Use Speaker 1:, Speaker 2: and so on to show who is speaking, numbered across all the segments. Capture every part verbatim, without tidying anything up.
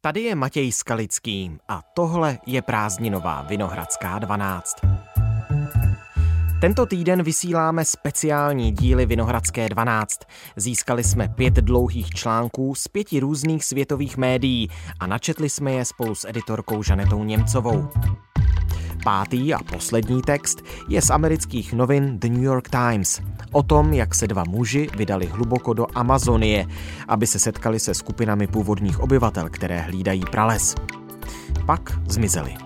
Speaker 1: Tady je Matěj Skalický a tohle je prázdninová Vinohradská dvanáct. Tento týden vysíláme speciální díly Vinohradské dvanáct. Získali jsme pět dlouhých článků z pěti různých světových médií a načetli jsme je spolu s editorkou Žanetou Němcovou. Pátý a poslední text je z amerických novin The New York Times o tom, jak se dva muži vydali hluboko do Amazonie, aby se setkali se skupinami původních obyvatel, které hlídají prales. Pak zmizeli.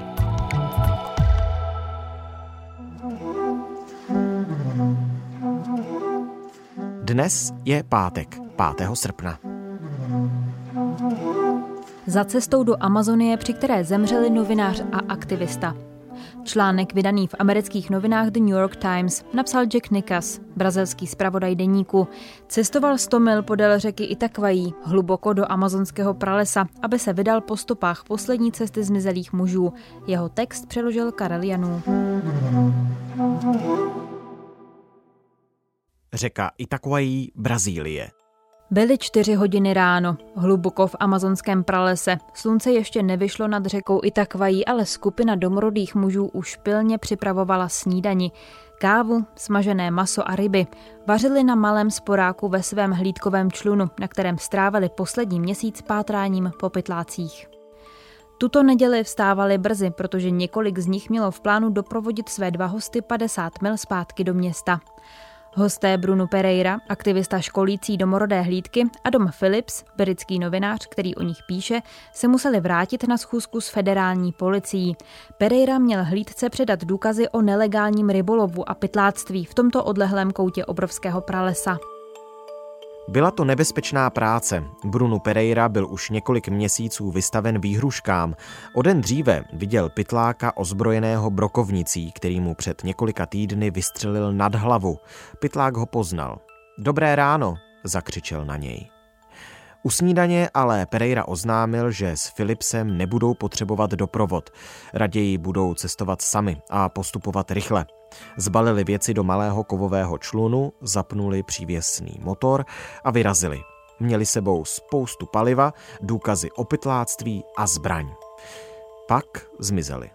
Speaker 1: Dnes je pátek, pátého srpna.
Speaker 2: Za cestou do Amazonie, při které zemřeli novinář a aktivista. Článek vydaný v amerických novinách The New York Times napsal Jack Nickas, brazilský zpravodaj deníku. Cestoval sto mil podél řeky Itaquaí, hluboko do amazonského pralesa, aby se vydal po stopách poslední cesty zmizelých mužů. Jeho text přeložil Karel Janů.
Speaker 1: Řeka Itaquaí, Brazílie.
Speaker 2: Byly čtyři hodiny ráno, hluboko v amazonském pralese. Slunce ještě nevyšlo nad řekou Itaquaí, ale skupina domorodých mužů už pilně připravovala snídani. Kávu, smažené maso a ryby vařili na malém sporáku ve svém hlídkovém člunu, na kterém strávili poslední měsíc pátráním po pytlácích. Tuto neděli vstávali brzy, protože několik z nich mělo v plánu doprovodit své dva hosty padesát mil zpátky do města. Hosté Bruno Pereira, aktivista školící domorodé hlídky, a Dom Phillips, britský novinář, který o nich píše, se museli vrátit na schůzku s federální policií. Pereira měl hlídce předat důkazy o nelegálním rybolovu a pytláctví v tomto odlehlém koutě obrovského pralesa.
Speaker 1: Byla to nebezpečná práce. Bruno Pereira byl už několik měsíců vystaven výhruškám. O den dříve viděl pytláka ozbrojeného brokovnicí, který mu před několika týdny vystřelil nad hlavu. Pytlák ho poznal. Dobré ráno, zakřičel na něj. U snídaně ale Pereira oznámil, že s Philipsem nebudou potřebovat doprovod. Raději budou cestovat sami a postupovat rychle. Zbalili věci do malého kovového člunu, zapnuli přívěsný motor a vyrazili. Měli sebou spoustu paliva, důkazy o pytláctví a zbraň. Pak zmizeli.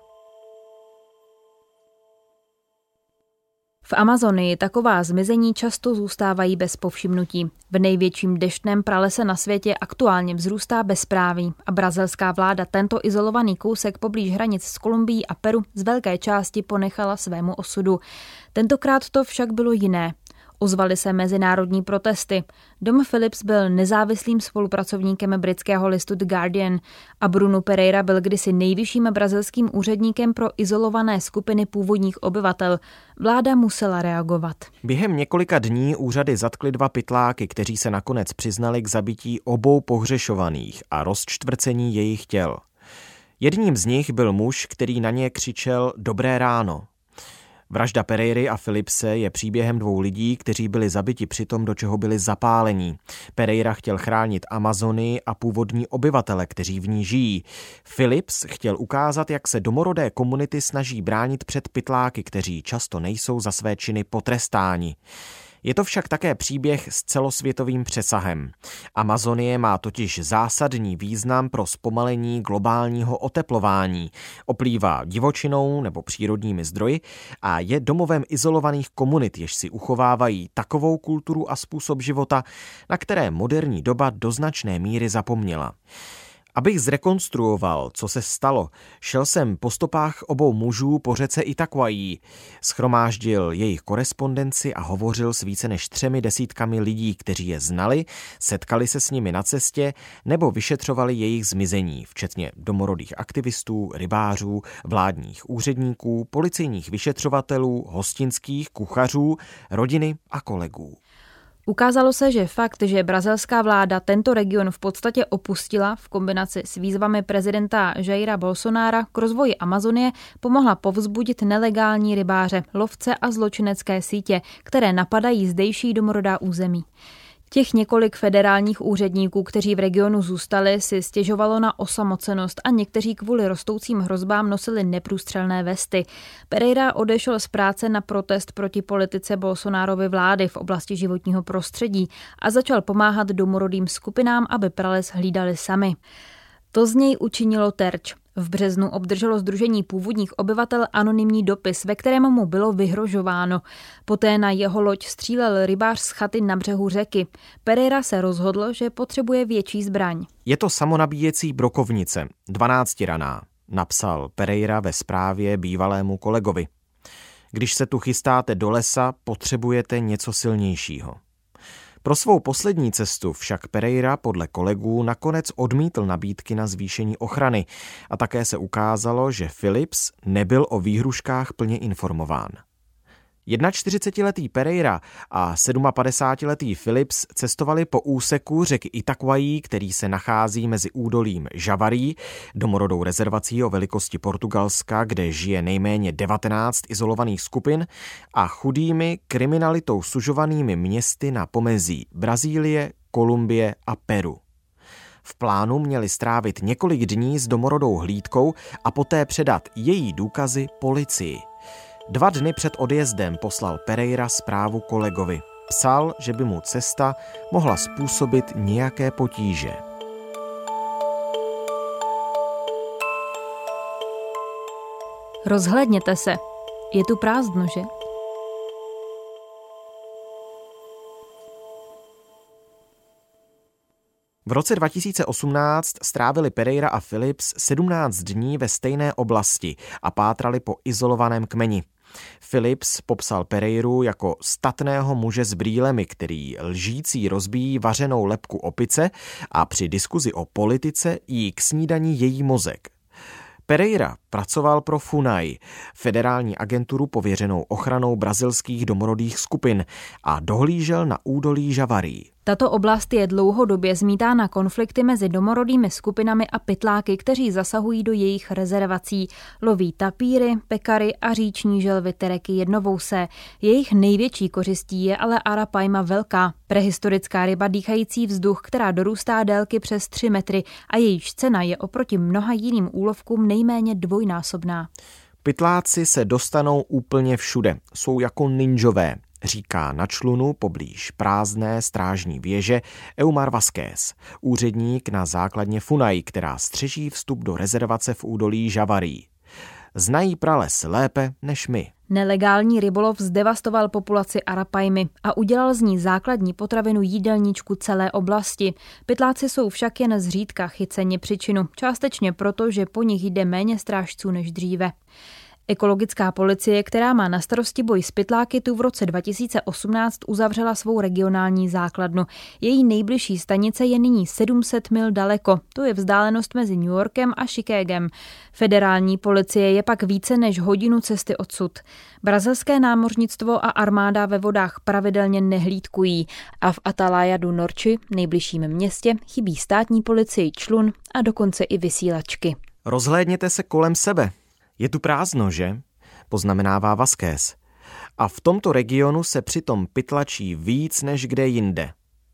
Speaker 2: V Amazonii taková zmizení často zůstávají bez povšimnutí. V největším deštném pralese na světě aktuálně vzrůstá bezpráví a brazilská vláda tento izolovaný kousek poblíž hranic s Kolumbií a Peru z velké části ponechala svému osudu. Tentokrát to však bylo jiné. Ozvaly se mezinárodní protesty. Dom Phillips byl nezávislým spolupracovníkem britského listu The Guardian a Bruno Pereira byl kdysi nejvyšším brazilským úředníkem pro izolované skupiny původních obyvatel. Vláda musela reagovat.
Speaker 1: Během několika dní úřady zatkly dva pytláky, kteří se nakonec přiznali k zabití obou pohřešovaných a rozčtvrcení jejich těl. Jedním z nich byl muž, který na ně křičel dobré ráno. Vražda Pereiry a Philipse je příběhem dvou lidí, kteří byli zabiti při tom, do čeho byli zapálení. Pereira chtěl chránit Amazonii a původní obyvatele, kteří v ní žijí. Phillips chtěl ukázat, jak se domorodé komunity snaží bránit před pytláky, kteří často nejsou za své činy potrestáni. Je to však také příběh s celosvětovým přesahem. Amazonie má totiž zásadní význam pro zpomalení globálního oteplování. Oplývá divočinou nebo přírodními zdroji a je domovem izolovaných komunit, jež si uchovávají takovou kulturu a způsob života, na které moderní doba do značné míry zapomněla. Abych zrekonstruoval, co se stalo, šel jsem po stopách obou mužů po řece Itaquaí, shromáždil jejich korespondenci a hovořil s více než třemi desítkami lidí, kteří je znali, setkali se s nimi na cestě nebo vyšetřovali jejich zmizení, včetně domorodých aktivistů, rybářů, vládních úředníků, policejních vyšetřovatelů, hostinských, kuchařů, rodiny a kolegů.
Speaker 2: Ukázalo se, že fakt, že brazilská vláda tento region v podstatě opustila v kombinaci s výzvami prezidenta Jaira Bolsonara k rozvoji Amazonie, pomohla povzbudit nelegální rybáře, lovce a zločinecké sítě, které napadají zdejší domorodá území. Těch několik federálních úředníků, kteří v regionu zůstali, si stěžovalo na osamocenost a někteří kvůli rostoucím hrozbám nosili neprůstřelné vesty. Pereira odešel z práce na protest proti politice Bolsonarovy vlády v oblasti životního prostředí a začal pomáhat domorodým skupinám, aby prales hlídali sami. To z něj učinilo terč. V březnu obdrželo Sdružení původních obyvatel anonymní dopis, ve kterém mu bylo vyhrožováno. Poté na jeho loď střílel rybář z chaty na břehu řeky. Pereira se rozhodl, že potřebuje větší zbraň.
Speaker 1: Je to samonabíjecí brokovnice, dvanáctiraná, napsal Pereira ve zprávě bývalému kolegovi. Když se tu chystáte do lesa, potřebujete něco silnějšího. Pro svou poslední cestu však Pereira podle kolegů nakonec odmítl nabídky na zvýšení ochrany a také se ukázalo, že Phillips nebyl o výhruškách plně informován. čtyřicetiletý Pereira a padesátidvouletý Phillips cestovali po úseku řeky Itaquaí, který se nachází mezi údolím Javari, domorodou rezervací o velikosti Portugalska, kde žije nejméně devatenáct izolovaných skupin, a chudými kriminalitou sužovanými městy na pomezí Brazílie, Kolumbie a Peru. V plánu měli strávit několik dní s domorodou hlídkou a poté předat její důkazy policii. Dva dny před odjezdem poslal Pereira zprávu kolegovi. Psal, že by mu cesta mohla způsobit nějaké potíže.
Speaker 2: Rozhlédněte se. Je tu prázdno, že?
Speaker 1: V roce dva tisíce osmnáct strávili Pereira a Phillips sedmnáct dní ve stejné oblasti a pátrali po izolovaném kmeni. Phillips popsal Pereiru jako statného muže s brýlemi, který lžící rozbíjí vařenou lebku opice a při diskuzi o politice jí k snídani její mozek. Pereira pracoval pro FUNAI, federální agenturu pověřenou ochranou brazilských domorodých skupin, a dohlížel na údolí Javari.
Speaker 2: Tato oblast je dlouhodobě zmítána konflikty mezi domorodými skupinami a pytláky, kteří zasahují do jejich rezervací. Loví tapíry, pekary a říční želvy tereky jednovousé. Jejich největší kořistí je ale arapaima velká, prehistorická ryba dýchající vzduch, která dorůstá délky přes tři metry a jejíž cena je oproti mnoha jiným úlovkům nejméně dvojnásobná.
Speaker 1: Pytláci se dostanou úplně všude, jsou jako ninjové, říká na člunu poblíž prázdné strážní věže Eumar Vázquez, úředník na základně FUNAI, která střeží vstup do rezervace v údolí Javari. Znají prales lépe než my.
Speaker 2: Nelegální rybolov zdevastoval populaci arapaimy a udělal z ní základní potravinu jídelníčku celé oblasti. Pytláci jsou však jen zřídka chyceni při činu, částečně proto, že po nich jde méně strážců než dříve. Ekologická policie, která má na starosti boj s pytláky, tu v roce dva tisíce osmnáct uzavřela svou regionální základnu. Její nejbližší stanice je nyní sedm set mil daleko. To je vzdálenost mezi New Yorkem a Chicagem. Federální policie je pak více než hodinu cesty odsud. Brazilské námořnictvo a armáda ve vodách pravidelně nehlídkují a v Atalaia do Norte, nejbližším městě, chybí státní policii člun a dokonce i vysílačky.
Speaker 1: Rozhlédněte se kolem sebe. Je tu prázdno, že? Poznamenává Vázquez. A v tomto regionu se přitom pytlačí víc než kde jinde.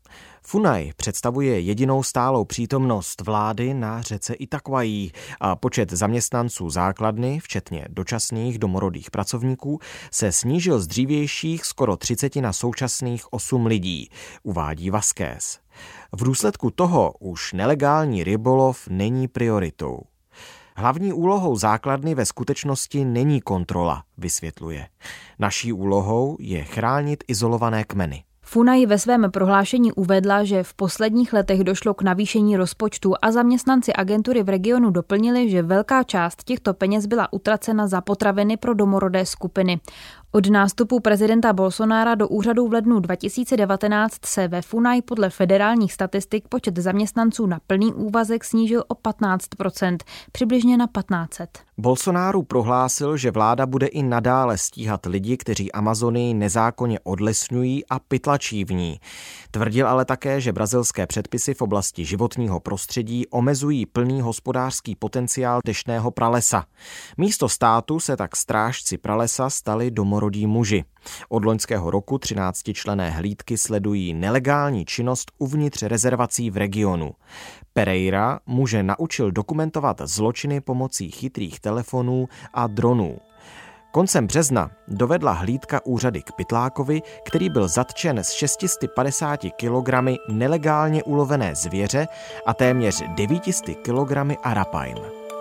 Speaker 1: FUNAI představuje jedinou stálou přítomnost vlády na řece Itaquaí a počet zaměstnanců základny, včetně dočasných domorodých pracovníků, se snížil z dřívějších skoro třiceti na současných osm lidí, uvádí Vázquez. V důsledku toho už nelegální rybolov není prioritou. Hlavní úlohou základny ve skutečnosti není kontrola, vysvětluje. Naší úlohou je chránit izolované kmeny.
Speaker 2: FUNAI ve svém prohlášení uvedla, že v posledních letech došlo k navýšení rozpočtu a zaměstnanci agentury v regionu doplnili, že velká část těchto peněz byla utracena za potraviny pro domorodé skupiny. Od nástupu prezidenta Bolsonara do úřadu v lednu dva tisíce devatenáct se ve FUNAI podle federálních statistik počet zaměstnanců na plný úvazek snížil o patnáct procent, přibližně na patnáct set.
Speaker 1: Bolsonaro prohlásil, že vláda bude i nadále stíhat lidi, kteří Amazonii nezákonně odlesňují a pytlačí v ní. Tvrdil ale také, že brazilské předpisy v oblasti životního prostředí omezují plný hospodářský potenciál deštného pralesa. Místo státu se tak strážci pralesa stali domorodí muži. Od loňského roku třináctičlenné hlídky sledují nelegální činnost uvnitř rezervací v regionu. Pereira muže naučil dokumentovat zločiny pomocí chytrých telefonů a dronů. Koncem března dovedla hlídka úřady k pytlákovi, který byl zatčen s šest set padesáti kilogramy nelegálně ulovené zvěře a téměř devět set kilogramy arapajm.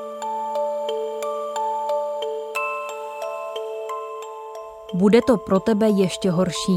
Speaker 2: Bude to pro tebe ještě horší.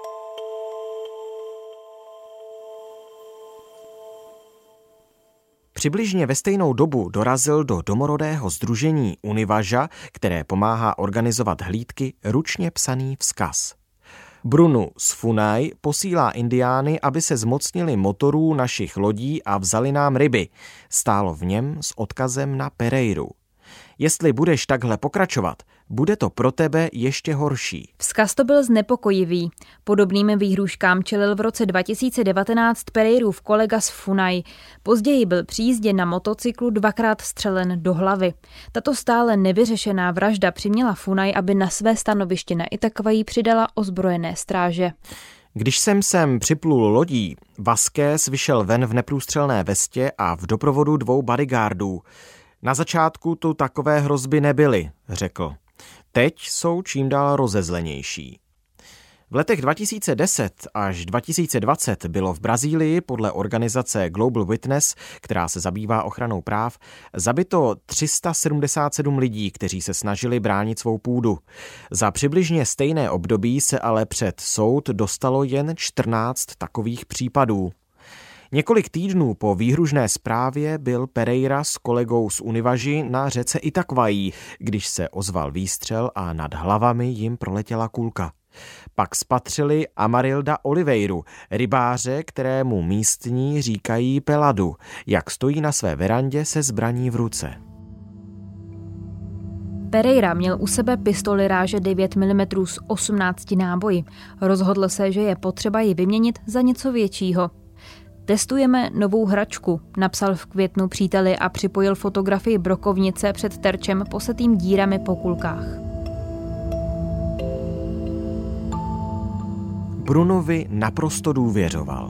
Speaker 1: Přibližně ve stejnou dobu dorazil do domorodého sdružení Univaža, které pomáhá organizovat hlídky, ručně psaný vzkaz. Brunu z Funai posílá indiány, aby se zmocnili motorů našich lodí a vzali nám ryby. Stálo v něm s odkazem na Pereiru. Jestli budeš takhle pokračovat, bude to pro tebe ještě horší.
Speaker 2: Vzkaz to byl znepokojivý. Podobným výhrůžkám čelil v roce dva tisíce devatenáct Pereirův kolega z Funai. Později byl při jízdě na motocyklu dvakrát střelen do hlavy. Tato stále nevyřešená vražda přiměla Funai, aby na své stanoviště na Itakvají přidala ozbrojené stráže.
Speaker 1: Když jsem sem připlul lodí, Vasquez vyšel ven v neprůstřelné vestě a v doprovodu dvou bodyguardů. Na začátku tu takové hrozby nebyly, řekl. Teď jsou čím dál rozezlenější. V letech dva tisíce deset až dva tisíce dvacet bylo v Brazílii podle organizace Global Witness, která se zabývá ochranou práv, zabito tři sta sedmdesát sedm lidí, kteří se snažili bránit svou půdu. Za přibližně stejné období se ale před soud dostalo jen čtrnáct takových případů. Několik týdnů po výhružné zprávě byl Pereira s kolegou z Univaži na řece Itakvají, když se ozval výstřel a nad hlavami jim proletěla kulka. Pak spatřili Amarilda Oliveiru, rybáře, kterému místní říkají Peladu, jak stojí na své verandě se zbraní v ruce.
Speaker 2: Pereira měl u sebe pistoli ráže devět milimetrů s osmnácti náboji. Rozhodl se, že je potřeba ji vyměnit za něco většího. Testujeme novou hračku, napsal v květnu příteli a připojil fotografii brokovnice před terčem posetým dírami po kulkách.
Speaker 1: Brunovi naprosto důvěřoval.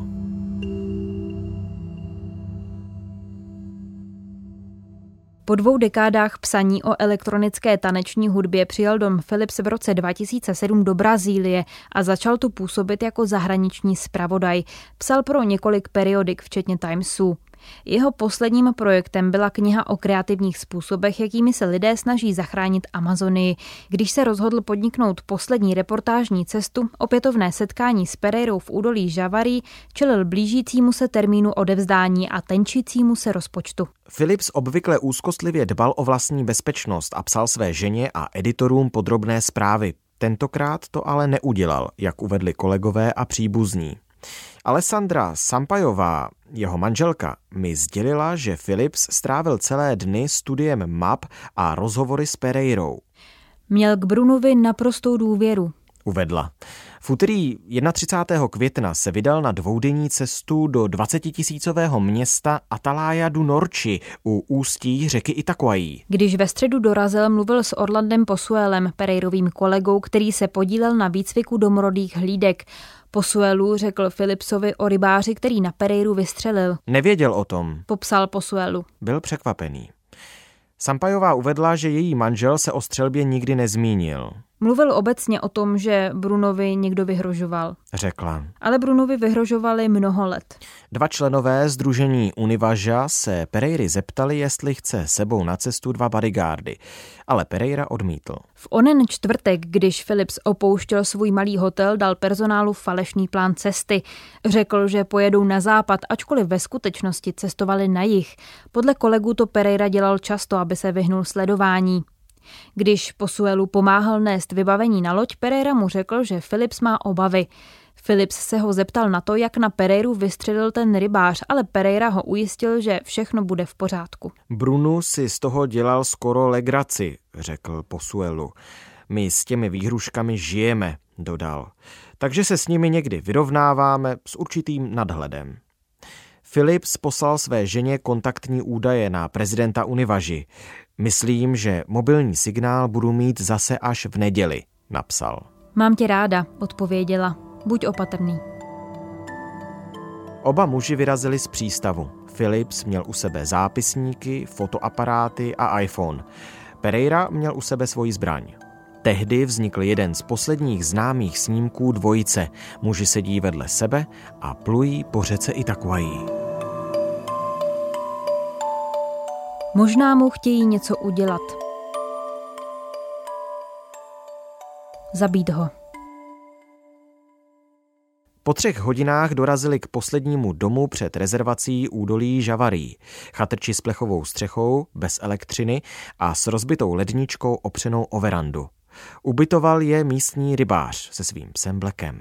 Speaker 2: Po dvou dekádách psaní o elektronické taneční hudbě přijel Dom Phillips v roce dva tisíce sedm do Brazílie a začal tu působit jako zahraniční zpravodaj. Psal pro několik periodik, včetně Timesu. Jeho posledním projektem byla kniha o kreativních způsobech, jakými se lidé snaží zachránit Amazonii. Když se rozhodl podniknout poslední reportážní cestu, opětovné setkání s Pereirou v údolí Javari čelil blížícímu se termínu odevzdání a tenčícímu se rozpočtu.
Speaker 1: Phillips obvykle úzkostlivě dbal o vlastní bezpečnost a psal své ženě a editorům podrobné zprávy. Tentokrát to ale neudělal, jak uvedli kolegové a příbuzní. Alessandra Sampajová, jeho manželka, mi sdělila, že Phillips strávil celé dny studiem map a rozhovory s Pereirou.
Speaker 2: Měl k Brunovi naprostou důvěru,
Speaker 1: uvedla. V úterý třicátého prvního května se vydal na dvoudenní cestu do dvacetitisícového města Atalaia do Norte u ústí řeky Itaquaí.
Speaker 2: Když ve středu dorazil, mluvil s Orlandem Posuelem, Pereirovým kolegou, který se podílel na výcviku domorodých hlídek. Posuelu řekl Phillipsovi o rybáři, který na Pereiru vystřelil.
Speaker 1: Nevěděl o tom,
Speaker 2: popsal Posuelu.
Speaker 1: Byl překvapený. Sampajová uvedla, že její manžel se o střelbě nikdy nezmínil.
Speaker 2: Mluvil obecně o tom, že Brunovi někdo vyhrožoval.
Speaker 1: Řekla.
Speaker 2: Ale Brunovi vyhrožovali mnoho let.
Speaker 1: Dva členové sdružení Univaža se Pereiry zeptali, jestli chce sebou na cestu dva bodyguardy, ale Pereira odmítl.
Speaker 2: V onen čtvrtek, když Phillips opouštěl svůj malý hotel, dal personálu falešný plán cesty. Řekl, že pojedou na západ, ačkoliv ve skutečnosti cestovali na jih. Podle kolegů to Pereira dělal často, aby se vyhnul sledování. Když Posuelu pomáhal nést vybavení na loď, Pereira mu řekl, že Phillips má obavy. Phillips se ho zeptal na to, jak na Pereiru vystřelil ten rybář, ale Pereira ho ujistil, že všechno bude v pořádku.
Speaker 1: Bruno si z toho dělal skoro legraci, řekl Posuelu. My s těmi výhruškami žijeme, dodal. Takže se s nimi někdy vyrovnáváme s určitým nadhledem. Phillips poslal své ženě kontaktní údaje na prezidenta Univaži. Myslím, že mobilní signál budu mít zase až v neděli, napsal.
Speaker 2: Mám tě ráda, odpověděla. Buď opatrný.
Speaker 1: Oba muži vyrazili z přístavu. Phillips měl u sebe zápisníky, fotoaparáty a iPhone. Pereira měl u sebe svoji zbraň. Tehdy vznikl jeden z posledních známých snímků dvojice. Muži sedí vedle sebe a plují po řece Itaquaí.
Speaker 2: Možná mu chtějí něco udělat. Zabít ho.
Speaker 1: Po třech hodinách dorazili k poslednímu domu před rezervací údolí Javari. Chatrči s plechovou střechou, bez elektřiny a s rozbitou ledničkou opřenou o verandu. Ubytoval je místní rybář se svým psem Blackem.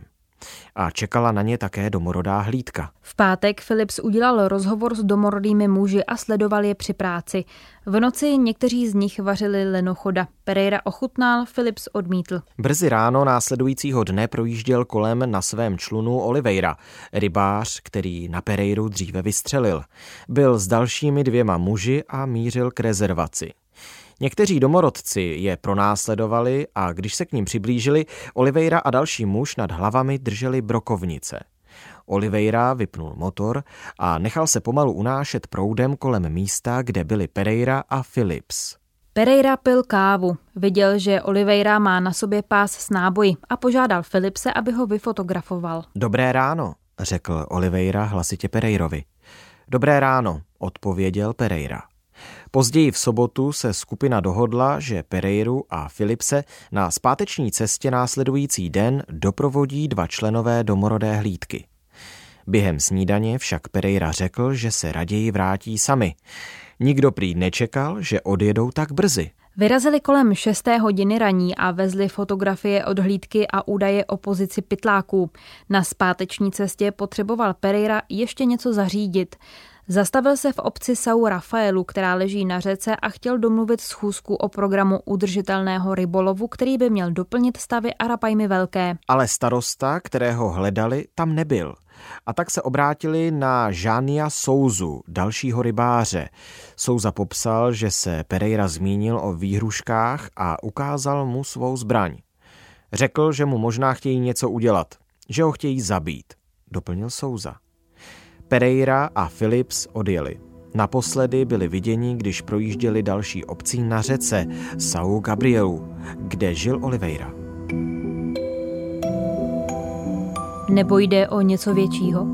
Speaker 1: A čekala na ně také domorodá hlídka.
Speaker 2: V pátek Phillips udělal rozhovor s domorodými muži a sledoval je při práci. V noci někteří z nich vařili lenochoda. Pereira ochutnal, Phillips odmítl.
Speaker 1: Brzy ráno následujícího dne projížděl kolem na svém člunu Oliveira, rybář, který na Pereiru dříve vystřelil. Byl s dalšími dvěma muži a mířil k rezervaci. Někteří domorodci je pronásledovali a když se k ním přiblížili, Oliveira a další muž nad hlavami drželi brokovnice. Oliveira vypnul motor a nechal se pomalu unášet proudem kolem místa, kde byli Pereira a Phillips.
Speaker 2: Pereira pil kávu, viděl, že Oliveira má na sobě pás s náboji a požádal Phillipse, aby ho vyfotografoval.
Speaker 1: Dobré ráno, řekl Oliveira hlasitě Pereirovi. Dobré ráno, odpověděl Pereira. Později v sobotu se skupina dohodla, že Pereiru a Phillipse na zpáteční cestě následující den doprovodí dva členové domorodé hlídky. Během snídaně však Pereira řekl, že se raději vrátí sami. Nikdo prý nečekal, že odjedou tak brzy.
Speaker 2: Vyrazili kolem šesté hodiny raní a vezli fotografie od hlídky a údaje o pozici pytláků. Na zpáteční cestě potřeboval Pereira ještě něco zařídit. Zastavil se v obci São Rafaelu, která leží na řece, a chtěl domluvit schůzku o programu udržitelného rybolovu, který by měl doplnit stavy Arapajmy Velké.
Speaker 1: Ale starosta, kterého hledali, tam nebyl. A tak se obrátili na Jánia Souzu, dalšího rybáře. Souza popsal, že se Pereira zmínil o výhruškách a ukázal mu svou zbraň. Řekl, že mu možná chtějí něco udělat, že ho chtějí zabít, doplnil Souza. Pereira a Phillips odjeli. Naposledy byli viděni, když projížděli další obcí na řece São Gabrielu, kde žil Oliveira.
Speaker 2: Nebo jde o něco většího?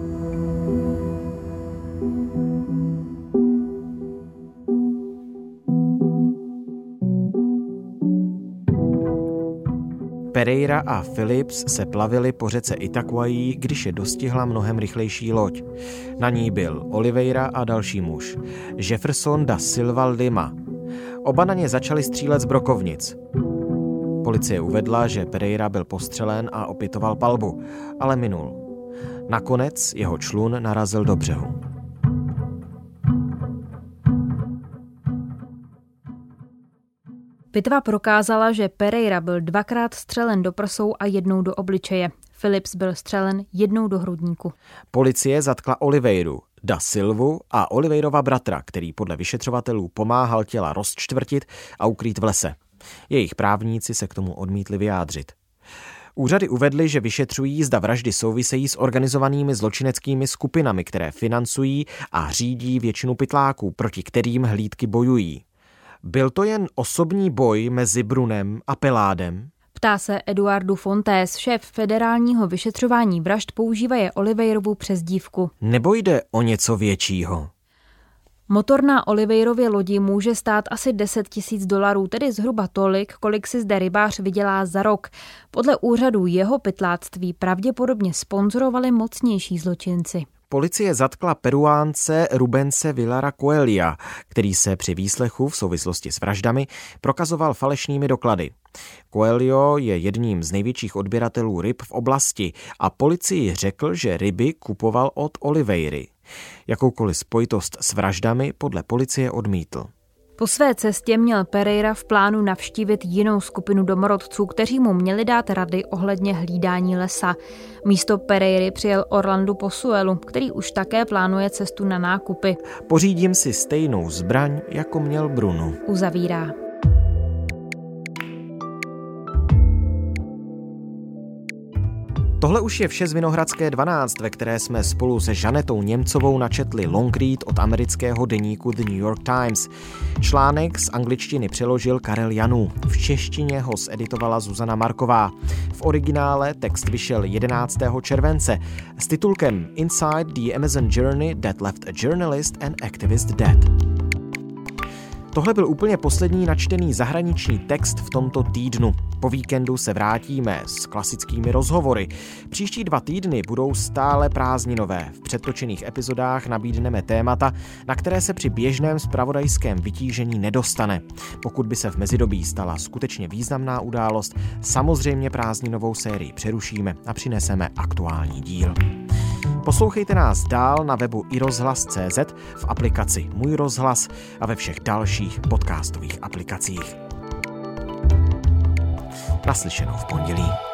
Speaker 1: Pereira a Phillips se plavili po řece Itaquaí, když je dostihla mnohem rychlejší loď. Na ní byl Oliveira a další muž, Jefferson da Silva Lima. Oba na ně začali střílet z brokovnic. Policie uvedla, že Pereira byl postřelen a opětoval palbu, ale minul. Nakonec jeho člun narazil do břehu.
Speaker 2: Pitva prokázala, že Pereira byl dvakrát střelen do prsou a jednou do obličeje. Phillips byl střelen jednou do hrudníku.
Speaker 1: Policie zatkla Oliveiru, da Silvu a Oliveirova bratra, který podle vyšetřovatelů pomáhal těla rozčtvrtit a ukrýt v lese. Jejich právníci se k tomu odmítli vyjádřit. Úřady uvedly, že vyšetřují, zda vraždy souvisejí s organizovanými zločineckými skupinami, které financují a řídí většinu pytláků, proti kterým hlídky bojují. Byl to jen osobní boj mezi Brunem a Peládem?
Speaker 2: Ptá se Eduardo Fontes, šéf federálního vyšetřování vražd, používaje Oliveirovu přezdívku.
Speaker 1: Nebo jde o něco většího?
Speaker 2: Motor na Oliveirově lodi může stát asi deset tisíc dolarů, tedy zhruba tolik, kolik si zde rybář vydělá za rok. Podle úřadů jeho pytláctví pravděpodobně sponzorovali mocnější zločinci.
Speaker 1: Policie zatkla Peruánce Rubense Villara Coelia, který se při výslechu v souvislosti s vraždami prokazoval falešnými doklady. Coelho je jedním z největších odběratelů ryb v oblasti a policii řekl, že ryby kupoval od Oliveiry. Jakoukoliv spojitost s vraždami podle policie odmítl.
Speaker 2: Po své cestě měl Pereira v plánu navštívit jinou skupinu domorodců, kteří mu měli dát rady ohledně hlídání lesa. Místo Pereiry přijel Orlando Posuelo, který už také plánuje cestu na nákupy.
Speaker 1: Pořídím si stejnou zbraň, jako měl Bruno.
Speaker 2: Uzavírá.
Speaker 1: Tohle Tohle už je vše z Vinohradské dvanáct, ve které jsme spolu se Žanetou Němcovou načetli long read od amerického deníku The New York Times. Článek z angličtiny přeložil Karel Janů, v češtině ho zeditovala Zuzana Marková. V originále text vyšel jedenáctého července s titulkem Inside the Amazon Journey that left a journalist and activist dead. Tohle byl úplně poslední načtený zahraniční text v tomto týdnu. Po víkendu se vrátíme s klasickými rozhovory. Příští dva týdny budou stále prázdninové. V předtočených epizodách nabídneme témata, na které se při běžném zpravodajském vytížení nedostane. Pokud by se v mezidobí stala skutečně významná událost, samozřejmě prázdninovou sérii přerušíme a přineseme aktuální díl. Poslouchejte nás dál na webu i rozhlas tečka cé zet, v aplikaci Můj rozhlas a ve všech dalších podcastových aplikacích. Naslyšenou v pondělí.